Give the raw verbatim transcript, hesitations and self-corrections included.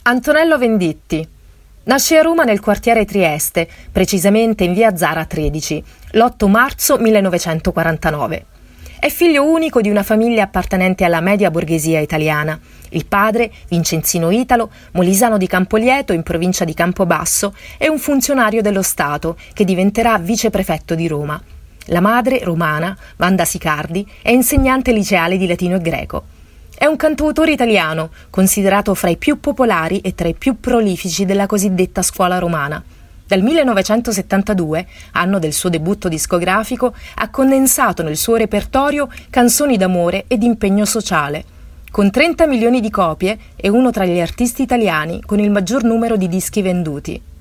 Antonello Venditti. Nasce a Roma nel quartiere Trieste, precisamente in via Zara tredici, l'otto marzo millenovecentoquarantanove. È figlio unico di una famiglia appartenente alla media borghesia italiana. Il padre, Vincenzino Italo, molisano di Campolieto in provincia di Campobasso, è un funzionario dello Stato che diventerà viceprefetto di Roma. La madre, romana, Wanda Sicardi, è insegnante liceale di latino e greco. È un cantautore italiano, considerato fra i più popolari e tra i più prolifici della cosiddetta scuola romana. Dal millenovecentosettantadue, anno del suo debutto discografico, ha condensato nel suo repertorio canzoni d'amore e d'impegno sociale. Con trenta milioni di copie è uno tra gli artisti italiani con il maggior numero di dischi venduti.